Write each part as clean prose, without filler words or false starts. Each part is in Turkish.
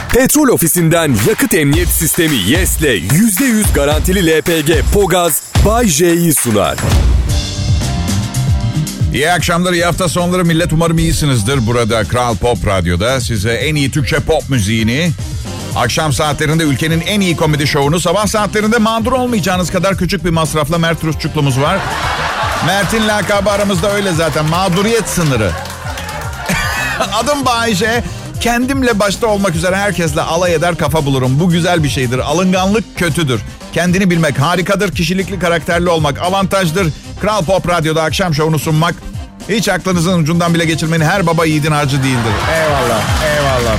Petrol Ofisi'nden yakıt emniyet sistemi YES'le %100 garantili LPG Pogaz Bay J'yi sunar. İyi akşamlar, iyi hafta sonları millet. Umarım iyisinizdir. Burada Kral Pop Radyo'da size en iyi Türkçe pop müziğini, akşam saatlerinde ülkenin en iyi komedi şovunu, sabah saatlerinde mağdur olmayacağınız kadar küçük bir masrafla Mert Rusçuklumuz var. Mert'in lakabı aramızda öyle zaten, mağduriyet sınırı. Adım Bayce. Kendimle başta olmak üzere herkesle alay eder, kafa bulurum. Bu güzel bir şeydir. Alınganlık kötüdür. Kendini bilmek harikadır. Kişilikli, karakterli olmak avantajdır. Kral Pop Radyo'da akşam şovunu sunmak hiç aklınızın ucundan bile geçirmenin her baba yiğidin harcı değildir. Eyvallah, eyvallah.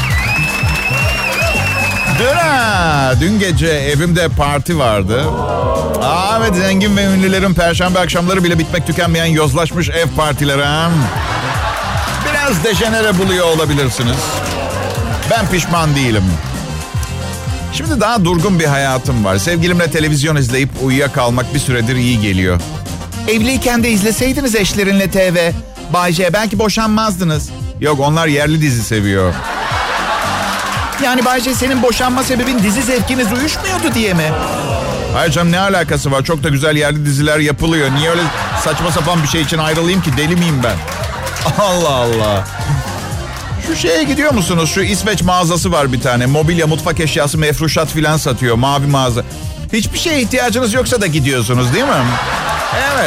Dün gece evimde parti vardı. Evet, zengin ve ünlülerin perşembe akşamları bile bitmek tükenmeyen yozlaşmış ev partileri. Biraz dejenere buluyor olabilirsiniz. Ben pişman değilim. Şimdi daha durgun bir hayatım var. Sevgilimle televizyon izleyip uyuyakalmak bir süredir iyi geliyor. Evliyken de izleseydiniz eşlerinle TV. Bay J, belki boşanmazdınız. Yok, onlar yerli dizi seviyor. Yani Bay J, senin boşanma sebebin dizi zevkiniz uyuşmuyordu diye mi? Hayır canım, ne alakası var? Çok da güzel yerli diziler yapılıyor. Niye öyle saçma sapan bir şey için ayrılayım ki? Deli miyim ben? Allah Allah. Şu şeye gidiyor musunuz? Şu İsveç mağazası var bir tane. Mobilya, mutfak eşyası, mefruşat filan satıyor. Mavi mağaza. Hiçbir şeye ihtiyacınız yoksa da gidiyorsunuz değil mi? Evet.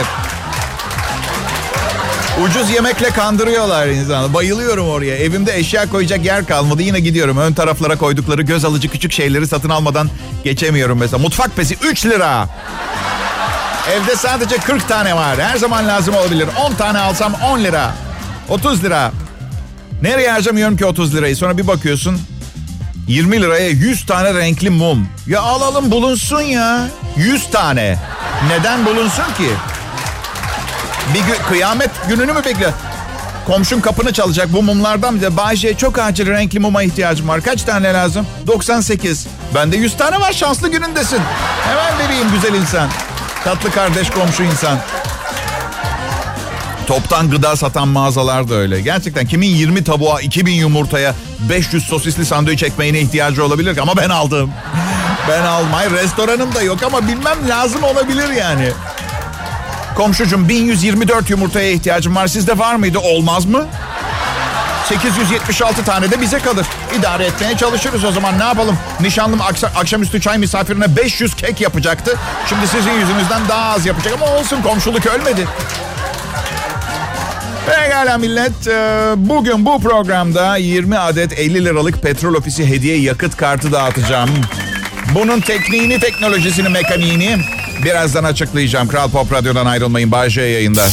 Ucuz yemekle kandırıyorlar insanı. Bayılıyorum oraya. Evimde eşya koyacak yer kalmadı. Yine gidiyorum. Ön taraflara koydukları göz alıcı küçük şeyleri satın almadan geçemiyorum mesela. Mutfak pesi 3 lira. Evde sadece 40 tane var. Her zaman lazım olabilir. 10 tane alsam 10 lira. 30 lira. Nereye harcamıyorum ki 30 lirayı? Sonra bir bakıyorsun 20 liraya 100 tane renkli mum. Ya alalım, bulunsun ya. 100 tane. Neden bulunsun ki? Bir kıyamet gününü mü bekliyor? Komşun kapını çalacak bu mumlardan bize. Bayce, çok acil renkli muma ihtiyacım var. Kaç tane lazım? 98. Bende 100 tane var, şanslı günündesin. Hemen vereyim güzel insan. Tatlı kardeş komşu insan. Toptan gıda satan mağazalar da öyle. Gerçekten kimin 20 tavuğa, 2000 yumurtaya, 500 sosisli sandviç ekmeğine ihtiyacı olabilir ki? Ama ben aldım. Ben almayı, restoranım da yok ama bilmem, lazım olabilir yani. Komşucum, 1124 yumurtaya ihtiyacım var. Sizde var mıydı? Olmaz mı? 876 tane de bize kalır. İdare etmeye çalışırız o zaman, ne yapalım? Nişanlım akşamüstü çay misafirine 500 kek yapacaktı. Şimdi sizin yüzünüzden daha az yapacak ama olsun, komşuluk ölmedi. Pekala millet, bugün bu programda 20 adet 50 liralık Petrol Ofisi hediye yakıt kartı dağıtacağım. Bunun tekniğini, teknolojisini, mekaniğini birazdan açıklayacağım. Kral Pop Radyo'dan ayrılmayın. Bay J yayında.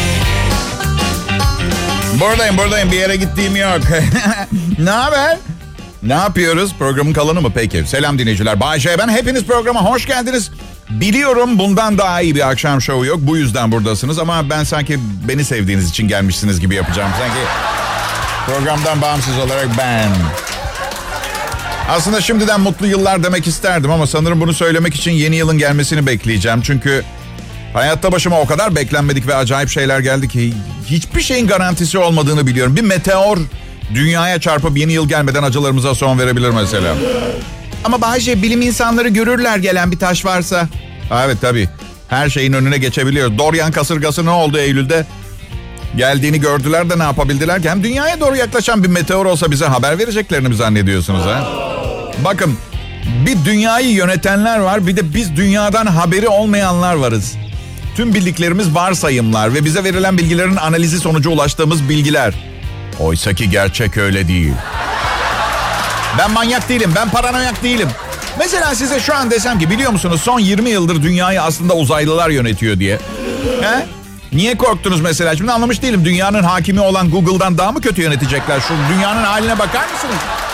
Buradayım. Bir yere gittiğim yok. Ne haber? Ne yapıyoruz? Programın kalanı mı peki? Selam dinleyiciler. Bay J ben. Hepiniz programa hoş geldiniz. Biliyorum bundan daha iyi bir akşam şovu yok. Bu yüzden buradasınız ama ben sanki beni sevdiğiniz için gelmişsiniz gibi yapacağım. Sanki programdan bağımsız olarak ben. Aslında şimdiden mutlu yıllar demek isterdim ama sanırım bunu söylemek için yeni yılın gelmesini bekleyeceğim. Çünkü hayatta başıma o kadar beklenmedik ve acayip şeyler geldi ki hiçbir şeyin garantisi olmadığını biliyorum. Bir meteor dünyaya çarpıp yeni yıl gelmeden acılarımıza son verebilir mesela. Ama Bayce, bilim insanları görürler gelen bir taş varsa. Evet tabii. Her şeyin önüne geçebiliyor. Dorian kasırgası ne oldu Eylül'de? Geldiğini gördüler de ne yapabildiler ki? Hem dünyaya doğru yaklaşan bir meteor olsa bize haber vereceklerini mi zannediyorsunuz ha? Bakın, bir dünyayı yönetenler var, bir de biz dünyadan haberi olmayanlar varız. Tüm bildiklerimiz varsayımlar ve bize verilen bilgilerin analizi sonucu ulaştığımız bilgiler. Oysa ki gerçek öyle değil. Ben manyak değilim, ben paranoyak değilim. Mesela size şu an desem ki, biliyor musunuz son 20 yıldır dünyayı aslında uzaylılar yönetiyor diye. He? Niye korktunuz mesela? Şimdi anlamış değilim. Dünyanın hakimi olan Google'dan daha mı kötü yönetecekler? Şu dünyanın haline bakar mısınız?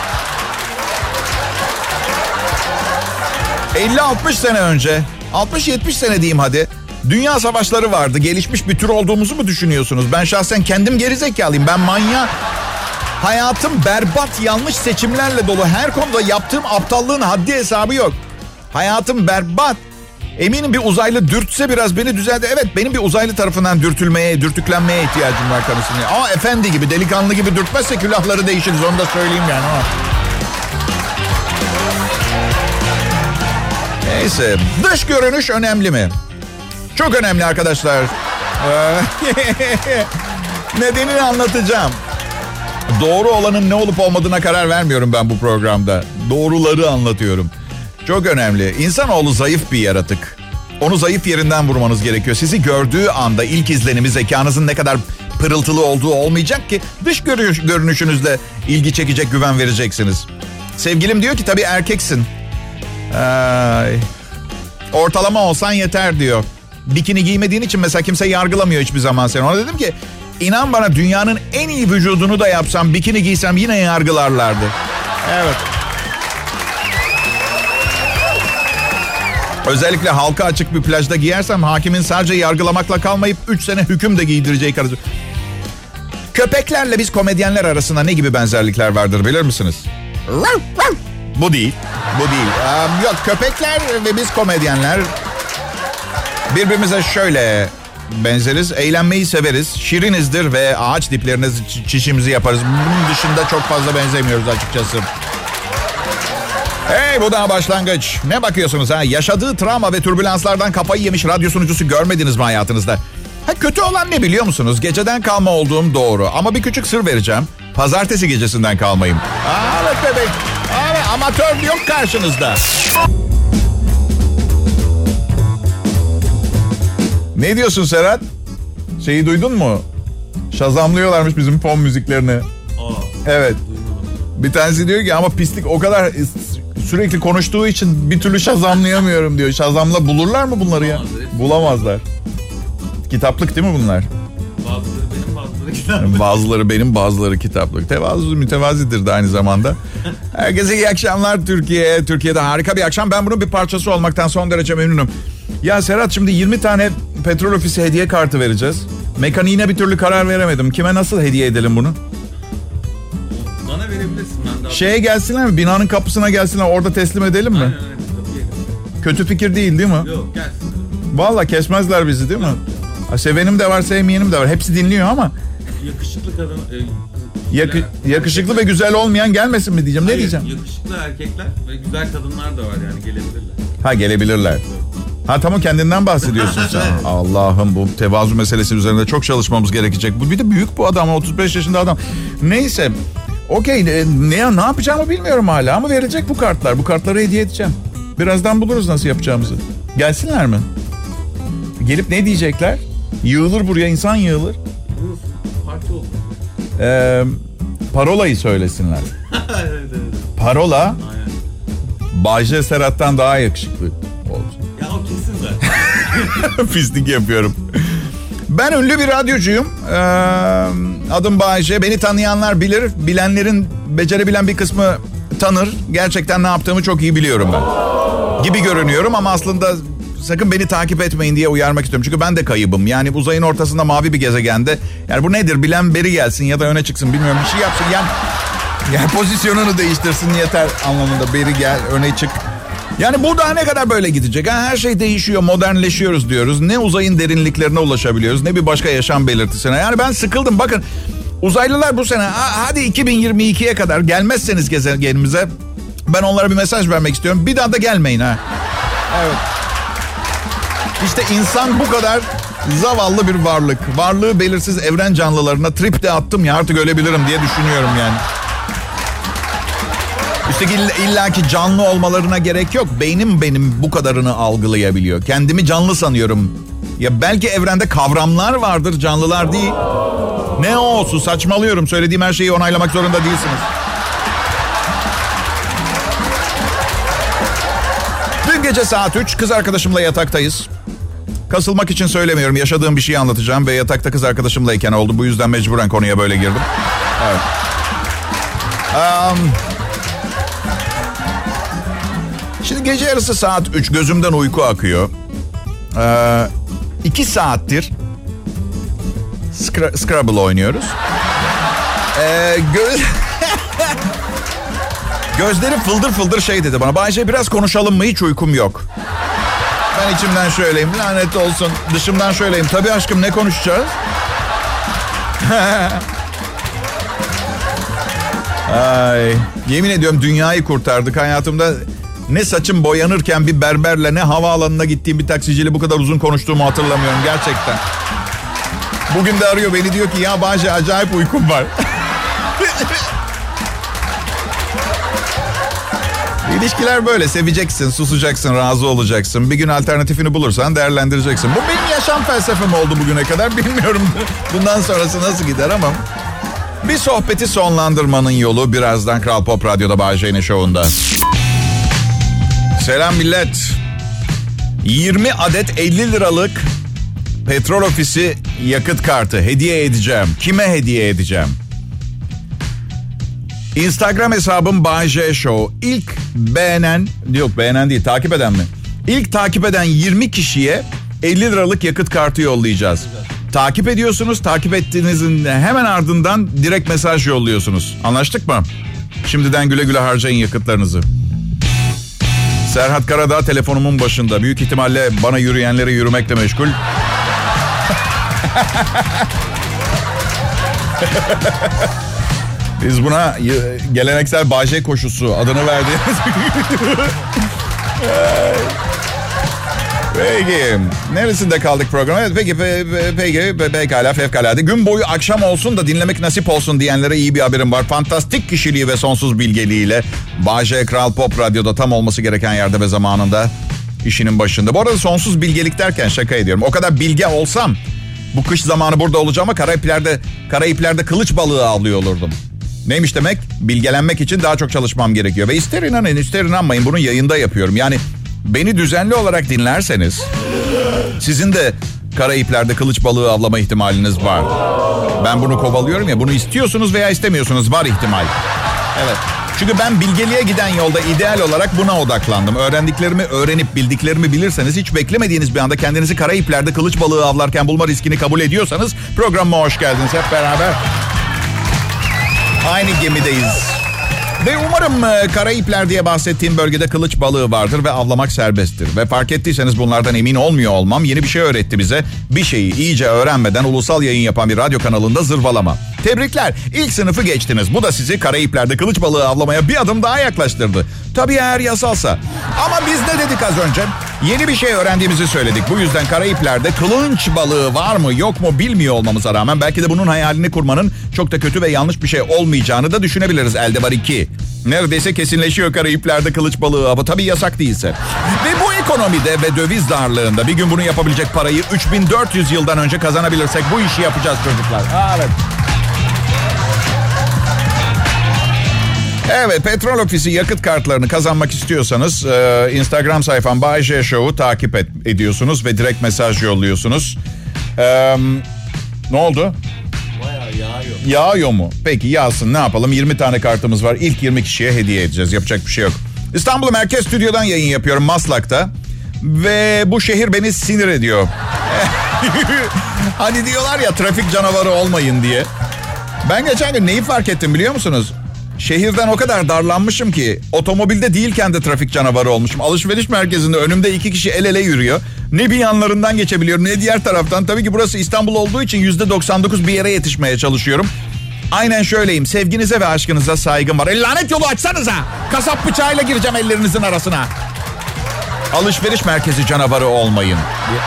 50-60 sene önce, 60-70 sene diyeyim hadi, dünya savaşları vardı. Gelişmiş bir tür olduğumuzu mu düşünüyorsunuz? Ben şahsen kendim gerizekalıyım. Ben manyak. Hayatım berbat, yanlış seçimlerle dolu. Her konuda yaptığım aptallığın haddi hesabı yok. Hayatım berbat. Eminim bir uzaylı dürtse biraz beni düzeldi. Evet, benim bir uzaylı tarafından dürtüklenmeye ihtiyacım var kanısını. Ama efendi gibi, delikanlı gibi dürtmezse külahları değişiriz. Onu da söyleyeyim yani. Neyse. Dış görünüş önemli mi? Çok önemli arkadaşlar. Nedenini anlatacağım. Doğru olanın ne olup olmadığına karar vermiyorum ben bu programda. Doğruları anlatıyorum. Çok önemli. İnsanoğlu zayıf bir yaratık. Onu zayıf yerinden vurmanız gerekiyor. Sizi gördüğü anda ilk izlenimi zekanızın ne kadar pırıltılı olduğu olmayacak ki dış görünüşünüzle ilgi çekecek, güven vereceksiniz. Sevgilim diyor ki tabii erkeksin. Ortalama olsan yeter diyor. Bikini giymediğin için mesela kimse yargılamıyor hiçbir zaman seni. Ona dedim ki inan bana dünyanın en iyi vücudunu da yapsam, bikini giysem yine yargılarlardı. Evet. Özellikle halka açık bir plajda giyersem hakimin sadece yargılamakla kalmayıp 3 sene hüküm de giydireceği karıcı. Köpeklerle biz komedyenler arasında ne gibi benzerlikler vardır bilir misiniz? Bu değil. Bu değil. Yok, köpekler ve biz komedyenler birbirimize şöyle benzeriz. Eğlenmeyi severiz. Şirinizdir ve ağaç diplerine çişimizi yaparız. Bunun dışında çok fazla benzemiyoruz açıkçası. Hey, bu daha başlangıç. Ne bakıyorsunuz ha? Yaşadığı travma ve türbülanslardan kafayı yemiş radyo sunucusu görmediniz mi hayatınızda? Kötü olan ne biliyor musunuz? Geceden kalma olduğum doğru. Ama bir küçük sır vereceğim. Pazartesi gecesinden kalmayayım. Evet bebek. Evet, amatör yok karşınızda. Ne diyorsun Serhat? Şeyi duydun mu? Şazamlıyorlarmış bizim fon müziklerini. Evet. Bir tanesi diyor ki ama pislik o kadar sürekli konuştuğu için bir türlü şazamlayamıyorum diyor. Şazamla bulurlar mı bunları ya? Bulamazlar. Kitaplık değil mi bunlar? Bazıları benim, bazıları kitaplık. Bazıları benim, bazıları kitaplık. Tevazu mütevazidir de aynı zamanda. Herkese iyi akşamlar Türkiye. Türkiye'de harika bir akşam. Ben bunun bir parçası olmaktan son derece memnunum. Ya Serhat, şimdi 20 tane petrol ofisi hediye kartı vereceğiz. Mekaniğine bir türlü karar veremedim. Kime nasıl hediye edelim bunu? Bana verebilirsin. Ben de Şeye gelsinler mi? Binanın kapısına gelsinler, orada teslim edelim mi? Aynen. Kötü fikir değil mi? Yok, gelsin. Vallahi kesmezler bizi değil mi? Sevenim de var, sevmeyenim de var. Hepsi dinliyor ama. Yakışıklı kadın... yakışıklı ve güzel olmayan gelmesin mi diyeceğim. Hayır, ne diyeceğim? Yakışıklı erkekler ve güzel kadınlar da var yani, gelebilirler. Ha, gelebilirler. Ha tamam, kendinden bahsediyorsun sen. Allah'ım, bu tevazu meselesi üzerinde çok çalışmamız gerekecek. Bu bir de büyük bu adam, 35 yaşında adam. Neyse. Okey, ne yapacağımı bilmiyorum hala ama verecek bu kartlar. Bu kartları hediye edeceğim. Birazdan buluruz nasıl yapacağımızı. Gelsinler mi? Gelip ne diyecekler? Yığılır buraya, insan yığılır. Parti oldu. Parolayı söylesinler. Evet. Parola, Aynen. Bay J. Serhat'tan daha yakışıklı olsun. Ya o kesin zaten. Pislik yapıyorum. Ben ünlü bir radyocuyum. Adım Bay J. Beni tanıyanlar bilir. Bilenlerin becerebilen bir kısmı tanır. Gerçekten ne yaptığımı çok iyi biliyorum ben. Gibi görünüyorum ama aslında sakın beni takip etmeyin diye uyarmak istiyorum. Çünkü ben de kaybım. Yani uzayın ortasında mavi bir gezegende. Yani bu nedir? Bilen beri gelsin ya da öne çıksın, bilmiyorum. Bir şey yapsın. Yani pozisyonunu değiştirsin yeter anlamında. Beri gel, öne çık. Yani bu daha ne kadar böyle gidecek? Her şey değişiyor, modernleşiyoruz diyoruz. Ne uzayın derinliklerine ulaşabiliyoruz, ne bir başka yaşam belirtisine. Yani ben sıkıldım. Bakın, uzaylılar bu sene hadi 2022'ye kadar gelmezseniz gezegenimize, ben onlara bir mesaj vermek istiyorum. Bir daha da gelmeyin ha. Evet. İşte insan bu kadar zavallı bir varlık. Varlığı belirsiz evren canlılarına trip de attım ya, artık ölebilirim diye düşünüyorum yani. Üstelik illaki canlı olmalarına gerek yok. Beynim benim bu kadarını algılayabiliyor. Kendimi canlı sanıyorum. Ya belki evrende kavramlar vardır, canlılar değil. Ne olsun, saçmalıyorum. Söylediğim her şeyi onaylamak zorunda değilsiniz. Dün gece saat 3 kız arkadaşımla yataktayız. Kasılmak için söylemiyorum. Yaşadığım bir şeyi anlatacağım ve yatakta kız arkadaşımlayken oldu. Bu yüzden mecburen konuya böyle girdim. Evet. Şimdi gece yarısı saat 3, gözümden uyku akıyor. 2 saattir Scrabble oynuyoruz. Gözleri fıldır fıldır şey dedi bana. Bayce biraz konuşalım mı? Hiç uykum yok. Ben içimden şöyleyim, lanet olsun. Dışımdan şöyleyim. Tabii aşkım, ne konuşacağız? Ay, yemin ediyorum dünyayı kurtardık. Hayatımda Ne saçım boyanırken bir berberle, ne havaalanına gittiğim bir taksiciyle bu kadar uzun konuştuğumu hatırlamıyorum gerçekten. Bugün de arıyor beni, diyor ki ya Bahçe acayip uykum var. İlişkiler böyle, seveceksin, susacaksın, razı olacaksın. Bir gün alternatifini bulursan değerlendireceksin. Bu benim yaşam felsefem oldu bugüne kadar. Bilmiyorum bundan sonrası nasıl gider ama. Bir sohbeti sonlandırmanın yolu birazdan Kral Pop Radyo'da Bay J'nin şovunda. Selam millet. 20 adet 50 liralık Petrol Ofisi yakıt kartı hediye edeceğim. Kime hediye edeceğim? Instagram hesabım Bay J Show. İlk beğenen, yok beğenen değil, takip eden mi? İlk takip eden 20 kişiye 50 liralık yakıt kartı yollayacağız. Takip ediyorsunuz, takip ettiğinizin hemen ardından direkt mesaj yolluyorsunuz. Anlaştık mı? Şimdiden güle güle harcayın yakıtlarınızı. Serhat Karadağ telefonumun başında. Büyük ihtimalle bana yürüyenlere yürümekle meşgul. Biz buna geleneksel Bay J koşusu adını verdiğimiz... Peki. Neresinde kaldık program? Evet, peki, pekala, fevkalade. Gün boyu akşam olsun da dinlemek nasip olsun diyenlere iyi bir haberim var. Fantastik kişiliği ve sonsuz bilgeliğiyle Bay J Kral Pop Radyo'da tam olması gereken yerde ve zamanında işinin başında. Bu arada sonsuz bilgelik derken şaka ediyorum. O kadar bilge olsam bu kış zamanı burada olacağım ama Karayipler'de kılıç balığı avlıyor olurdum. Neymiş demek? Bilgelenmek için daha çok çalışmam gerekiyor. Ve ister inanın ister inanmayın bunu yayında yapıyorum. Yani beni düzenli olarak dinlerseniz sizin de Karayipler'de kılıç balığı avlama ihtimaliniz var. Ben bunu kovalıyorum ya, bunu istiyorsunuz veya istemiyorsunuz, var ihtimal. Evet. Çünkü ben bilgeliğe giden yolda ideal olarak buna odaklandım. Öğrendiklerimi öğrenip bildiklerimi bilirseniz, hiç beklemediğiniz bir anda kendinizi Karayipler'de kılıç balığı avlarken bulma riskini kabul ediyorsanız programıma hoş geldiniz. Hep beraber aynı gemideyiz. Ve umarım Karayipler diye bahsettiğim bölgede kılıç balığı vardır ve avlamak serbesttir. Ve fark ettiyseniz bunlardan emin olmuyor olmam yeni bir şey öğretti bize. Bir şeyi iyice öğrenmeden ulusal yayın yapan bir radyo kanalında zırvalama. Tebrikler, ilk sınıfı geçtiniz. Bu da sizi Karayipler'de kılıç balığı avlamaya bir adım daha yaklaştırdı. Tabii eğer yasalsa. Ama biz ne dedik az önce? Yeni bir şey öğrendiğimizi söyledik. Bu yüzden Karayipler'de kılınç balığı var mı yok mu bilmiyor olmamıza rağmen belki de bunun hayalini kurmanın çok da kötü ve yanlış bir şey olmayacağını da düşünebiliriz. Elde var 2. Neredeyse kesinleşiyor Karayipler'de kılıç balığı avı. Tabii yasak değilse. Ve bu ekonomide ve döviz darlığında bir gün bunu yapabilecek parayı 3400 yıldan önce kazanabilirsek bu işi yapacağız çocuklar. Evet. Evet, Petrol Ofisi yakıt kartlarını kazanmak istiyorsanız Instagram sayfam Bay J Show'u takip ediyorsunuz ve direkt mesaj yolluyorsunuz. Ne oldu? Bayağı yağıyor. Yağıyor mu? Peki yağsın, ne yapalım? 20 tane kartımız var. İlk 20 kişiye hediye edeceğiz. Yapacak bir şey yok. İstanbul Merkez Stüdyo'dan yayın yapıyorum, Maslak'ta. Ve bu şehir beni sinir ediyor. Hani diyorlar ya, trafik canavarı olmayın diye. Ben geçen gün neyi fark ettim biliyor musunuz? Şehirden o kadar darlanmışım ki otomobilde değilken de trafik canavarı olmuşum. Alışveriş merkezinde önümde 2 kişi el ele yürüyor. Ne bir yanlarından geçebiliyorum ne diğer taraftan. Tabii ki burası İstanbul olduğu için %99 bir yere yetişmeye çalışıyorum. Aynen şöyleyim. Sevginize ve aşkınıza saygım var. Lanet yolu açsanıza. Kasap bıçağıyla gireceğim ellerinizin arasına. Alışveriş merkezi canavarı olmayın.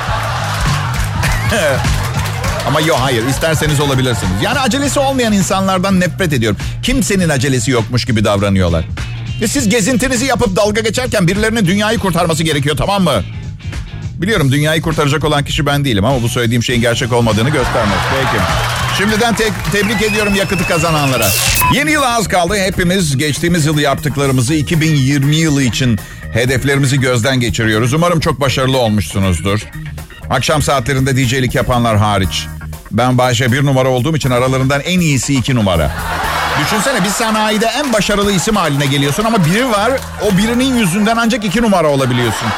Ama yok, hayır, isterseniz olabilirsiniz. Yani acelesi olmayan insanlardan nefret ediyorum. Kimsenin acelesi yokmuş gibi davranıyorlar. Ve siz gezintinizi yapıp dalga geçerken birilerinin dünyayı kurtarması gerekiyor, tamam mı? Biliyorum dünyayı kurtaracak olan kişi ben değilim ama bu söylediğim şeyin gerçek olmadığını göstermez. Peki. Şimdiden tebrik ediyorum yakıtı kazananlara. Yeni yıla az kaldı. Hepimiz geçtiğimiz yıl yaptıklarımızı 2020 yılı için hedeflerimizi gözden geçiriyoruz. Umarım çok başarılı olmuşsunuzdur. Akşam saatlerinde DJ'lik yapanlar hariç. Ben Bay J 1 numara olduğum için aralarından en iyisi 2 numara. Düşünsene, bir sanayide en başarılı isim haline geliyorsun ama biri var, o birinin yüzünden ancak 2 numara olabiliyorsun.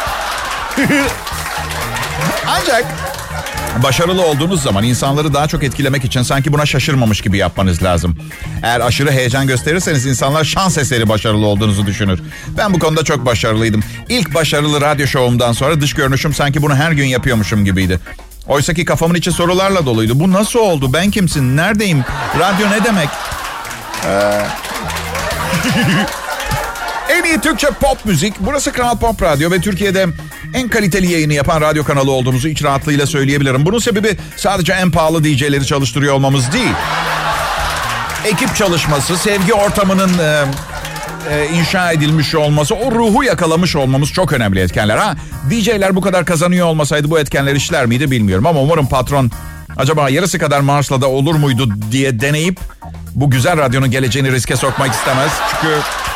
Ancak başarılı olduğunuz zaman insanları daha çok etkilemek için sanki buna şaşırmamış gibi yapmanız lazım. Eğer aşırı heyecan gösterirseniz insanlar şans eseri başarılı olduğunuzu düşünür. Ben bu konuda çok başarılıydım. İlk başarılı radyo şovumdan sonra dış görünüşüm sanki bunu her gün yapıyormuşum gibiydi. Oysa ki kafamın içi sorularla doluydu. Bu nasıl oldu? Ben kimsin? Neredeyim? Radyo ne demek? En iyi Türkçe pop müzik. Burası Kral Pop Radyo ve Türkiye'de en kaliteli yayını yapan radyo kanalı olduğumuzu iç rahatlığıyla söyleyebilirim. Bunun sebebi sadece en pahalı DJ'leri çalıştırıyor olmamız değil. Ekip çalışması, sevgi ortamının inşa edilmiş olması, o ruhu yakalamış olmamız çok önemli etkenler. DJ'ler bu kadar kazanıyor olmasaydı bu etkenler işler miydi bilmiyorum. Ama umarım patron acaba yarısı kadar maaşla da olur muydu diye deneyip bu güzel radyonun geleceğini riske sokmak istemez. Çünkü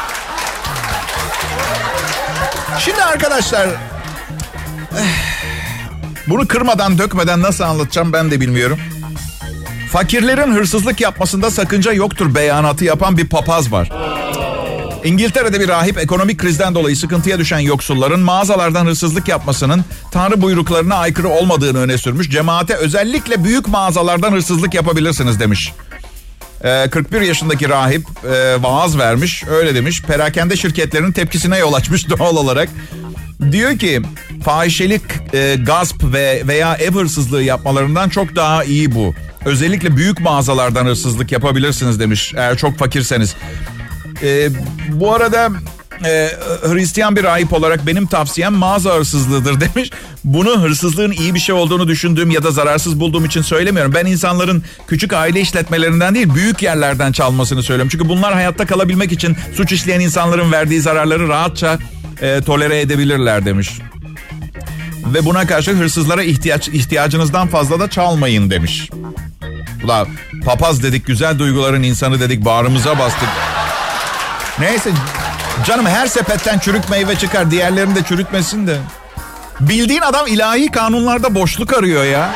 şimdi arkadaşlar, bunu kırmadan dökmeden nasıl anlatacağım ben de bilmiyorum. Fakirlerin hırsızlık yapmasında sakınca yoktur beyanatı yapan bir papaz var. İngiltere'de bir rahip ekonomik krizden dolayı sıkıntıya düşen yoksulların mağazalardan hırsızlık yapmasının Tanrı buyruklarına aykırı olmadığını öne sürmüş. Cemaate özellikle büyük mağazalardan hırsızlık yapabilirsiniz demiş. 41 yaşındaki rahip vaaz vermiş, öyle demiş. Perakende şirketlerinin tepkisine yol açmış doğal olarak. Diyor ki fahişelik, gasp veya ev hırsızlığı yapmalarından çok daha iyi bu. Özellikle büyük mağazalardan hırsızlık yapabilirsiniz demiş eğer çok fakirseniz. Bu arada Hristiyan bir rahip olarak benim tavsiyem mağaza hırsızlığıdır demiş. Bunu hırsızlığın iyi bir şey olduğunu düşündüğüm ya da zararsız bulduğum için söylemiyorum. Ben insanların küçük aile işletmelerinden değil büyük yerlerden çalmasını söylüyorum. Çünkü bunlar hayatta kalabilmek için suç işleyen insanların verdiği zararları rahatça tolere edebilirler demiş. Ve buna karşı hırsızlara ihtiyacınızdan fazla da çalmayın demiş. Ulan papaz dedik, güzel duyguların insanı dedik, bağrımıza bastık. Neyse canım, her sepetten çürük meyve çıkar, diğerlerini de çürütmesin de. Bildiğin adam ilahi kanunlarda boşluk arıyor ya.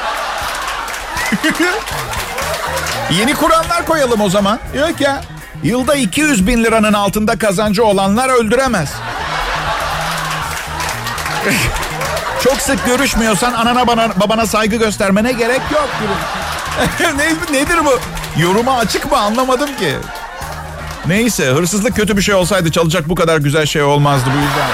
Yeni kuranlar koyalım o zaman. Yok ya. Yılda 200 bin liranın altında kazancı olanlar öldüremez. Çok sık görüşmüyorsan anana babana saygı göstermene gerek yok. Nedir bu? Yoruma açık mı, anlamadım ki. Neyse, hırsızlık kötü bir şey olsaydı çalacak bu kadar güzel şey olmazdı bu yüzden.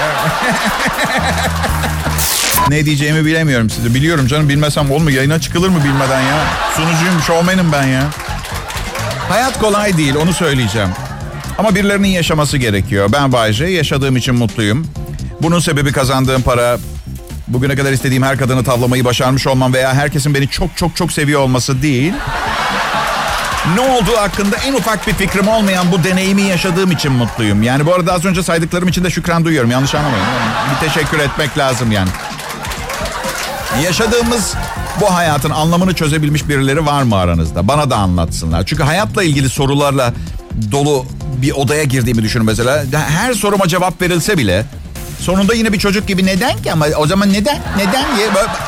Ne diyeceğimi bilemiyorum size. Biliyorum canım, bilmesem olur mu? Yayına çıkılır mı bilmeden ya? Sunucuyum, şovmenim ben ya. Hayat kolay değil, onu söyleyeceğim. Ama birilerinin yaşaması gerekiyor. Ben Bay J, yaşadığım için mutluyum. Bunun sebebi kazandığım para, bugüne kadar istediğim her kadını tavlamayı başarmış olmam veya herkesin beni çok seviyor olması değil. Ne olduğu hakkında en ufak bir fikrim olmayan bu deneyimi yaşadığım için mutluyum. Yani bu arada az önce saydıklarım için de şükran duyuyorum. Yanlış anlamayın. Bir teşekkür etmek lazım yani. Yaşadığımız bu hayatın anlamını çözebilmiş birileri var mı aranızda? Bana da anlatsınlar. Çünkü hayatla ilgili sorularla dolu bir odaya girdiğimi düşünün mesela. Her soruma cevap verilse bile sonunda yine bir çocuk gibi neden ki, ama o zaman neden diye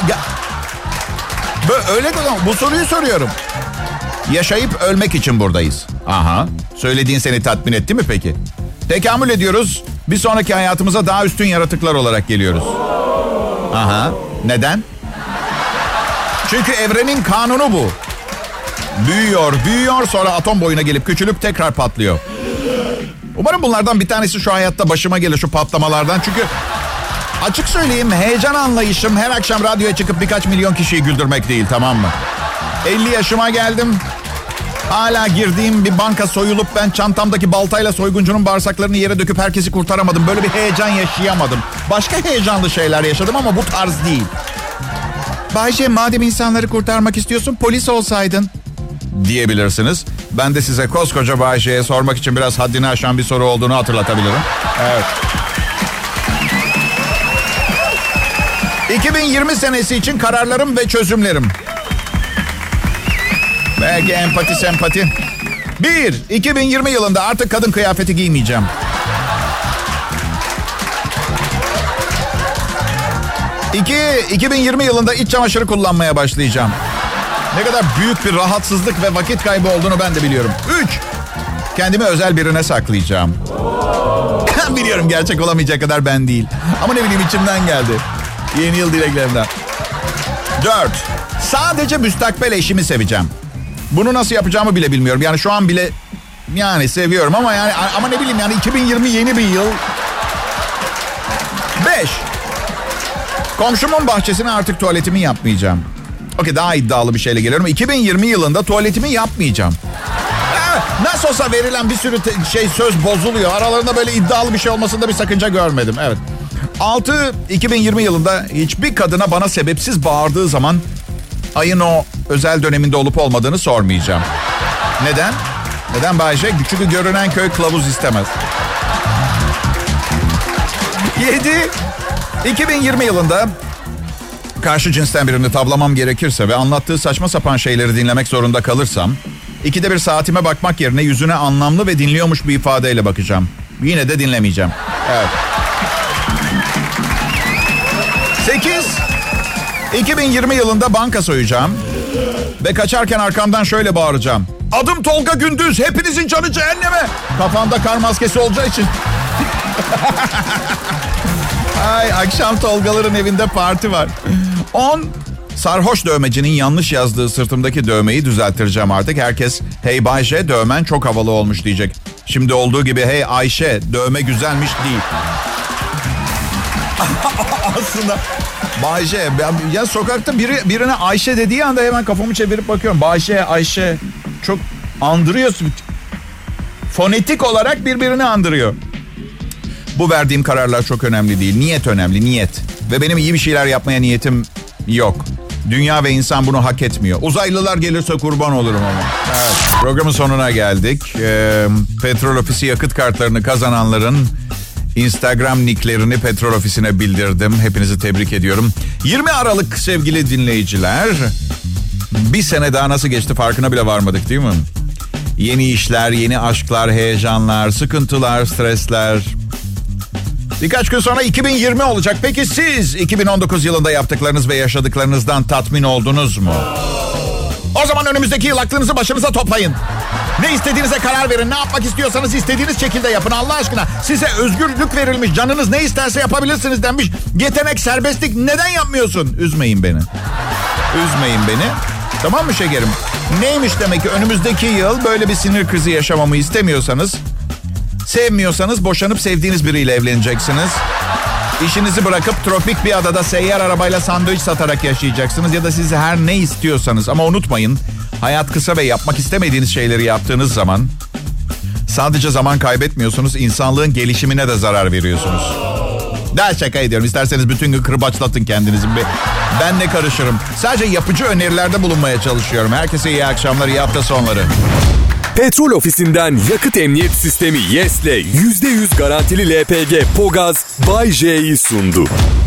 böyle öyle de bu soruyu soruyorum. Yaşayıp ölmek için buradayız. Aha. Söylediğin seni tatmin etti mi peki? Tekamül ediyoruz. Bir sonraki hayatımıza daha üstün yaratıklar olarak geliyoruz. Aha. Neden? Çünkü evrenin kanunu bu. Büyüyor, sonra atom boyuna gelip küçülüp tekrar patlıyor. Umarım bunlardan bir tanesi şu hayatta başıma gelir, şu patlamalardan. Çünkü açık söyleyeyim, heyecan anlayışım her akşam radyoya çıkıp birkaç milyon kişiyi güldürmek değil, tamam mı? 50 yaşıma geldim. Hala girdiğim bir banka soyulup ben çantamdaki baltayla soyguncunun bağırsaklarını yere döküp herkesi kurtaramadım. Böyle bir heyecan yaşayamadım. Başka heyecanlı şeyler yaşadım ama bu tarz değil. Bayce, madem insanları kurtarmak istiyorsun polis olsaydın diyebilirsiniz. Ben de size koskoca Bayce'ye sormak için biraz haddini aşan bir soru olduğunu hatırlatabilirim. Evet. 2020 senesi için kararlarım ve çözümlerim. Belki empati sempati. 1. 2020 yılında artık kadın kıyafeti giymeyeceğim. 2. 2020 yılında iç çamaşırı kullanmaya başlayacağım. Ne kadar büyük bir rahatsızlık ve vakit kaybı olduğunu ben de biliyorum. 3. Kendimi özel birine saklayacağım. Biliyorum, gerçek olamayacak kadar ben değil. Ama ne bileyim, içimden geldi. Yeni yıl dileklerimden. 4. Sadece müstakbel eşimi seveceğim. Bunu nasıl yapacağımı bile bilmiyorum. Yani şu an bile yani seviyorum ama ne bileyim, yani 2020 yeni bir yıl. 5. Komşumun bahçesine artık tuvaletimi yapmayacağım. Okey, daha iddialı bir şeyle geliyorum. 2020 yılında tuvaletimi yapmayacağım. Nasıl olsa verilen bir sürü söz bozuluyor. Aralarında böyle iddialı bir şey olmasında bir sakınca görmedim. Evet. 2020 yılında hiçbir kadına bana sebepsiz bağırdığı zaman ayın o özel döneminde olup olmadığını sormayacağım. Neden? Neden Bayce? Çünkü görünen köy kılavuz istemez. 2020 yılında karşı cinsten birini tavlamam gerekirse ve anlattığı saçma sapan şeyleri dinlemek zorunda kalırsam, 2'de bir saatime bakmak yerine yüzüne anlamlı ve dinliyormuş bir ifadeyle bakacağım. Yine de dinlemeyeceğim. Evet. 8. 2020 yılında banka soyacağım ve kaçarken arkamdan şöyle bağıracağım. Adım Tolga Gündüz, hepinizin canı cehenneme. Kafamda kar maskesi olacağı için. Ay, akşam Tolgaların evinde parti var. 10. Sarhoş dövmecinin yanlış yazdığı sırtımdaki dövmeyi düzelttireceğim artık. Herkes hey Bayşe dövmen çok havalı olmuş diyecek. Şimdi olduğu gibi hey Ayşe dövme güzelmiş değil. Aslında Bayşe, ya sokakta birine Ayşe dediği anda hemen kafamı çevirip bakıyorum. Bayşe, Ayşe çok andırıyor. Fonetik olarak birbirini andırıyor. Bu verdiğim kararlar çok önemli değil. Niyet önemli, niyet. Ve benim iyi bir şeyler yapmaya niyetim yok. Dünya ve insan bunu hak etmiyor. Uzaylılar gelirse kurban olurum ama. Evet. Programın sonuna geldik. Petrol Ofisi yakıt kartlarını kazananların Instagram nicklerini Petrol Ofisi'ne bildirdim. Hepinizi tebrik ediyorum. 20 Aralık sevgili dinleyiciler. Bir sene daha nasıl geçti farkına bile varmadık değil mi? Yeni işler, yeni aşklar, heyecanlar, sıkıntılar, stresler. Birkaç gün sonra 2020 olacak. Peki siz 2019 yılında yaptıklarınız ve yaşadıklarınızdan tatmin oldunuz mu? O zaman önümüzdeki yıl aklınızı başınıza toplayın. Ne istediğinize karar verin. Ne yapmak istiyorsanız istediğiniz şekilde yapın Allah aşkına. Size özgürlük verilmiş. Canınız ne isterse yapabilirsiniz denmiş. Yetenek, serbestlik, neden yapmıyorsun? Üzmeyin beni. Üzmeyin beni. Tamam mı şekerim? Neymiş demek ki önümüzdeki yıl böyle bir sinir krizi yaşamamı istemiyorsanız, sevmiyorsanız boşanıp sevdiğiniz biriyle evleneceksiniz. İşinizi bırakıp tropik bir adada seyyar arabayla sandviç satarak yaşayacaksınız. Ya da siz her ne istiyorsanız. Ama unutmayın, hayat kısa ve yapmak istemediğiniz şeyleri yaptığınız zaman sadece zaman kaybetmiyorsunuz, insanlığın gelişimine de zarar veriyorsunuz. Daha şaka ediyorum. İsterseniz bütün gün kırbaçlatın kendinizi. Ben ne karışırım. Sadece yapıcı önerilerde bulunmaya çalışıyorum. Herkese iyi akşamlar, iyi hafta sonları. Petrol Ofisi'nden yakıt emniyet sistemi YES'le %100 garantili LPG Pogaz Bay J'yi sundu.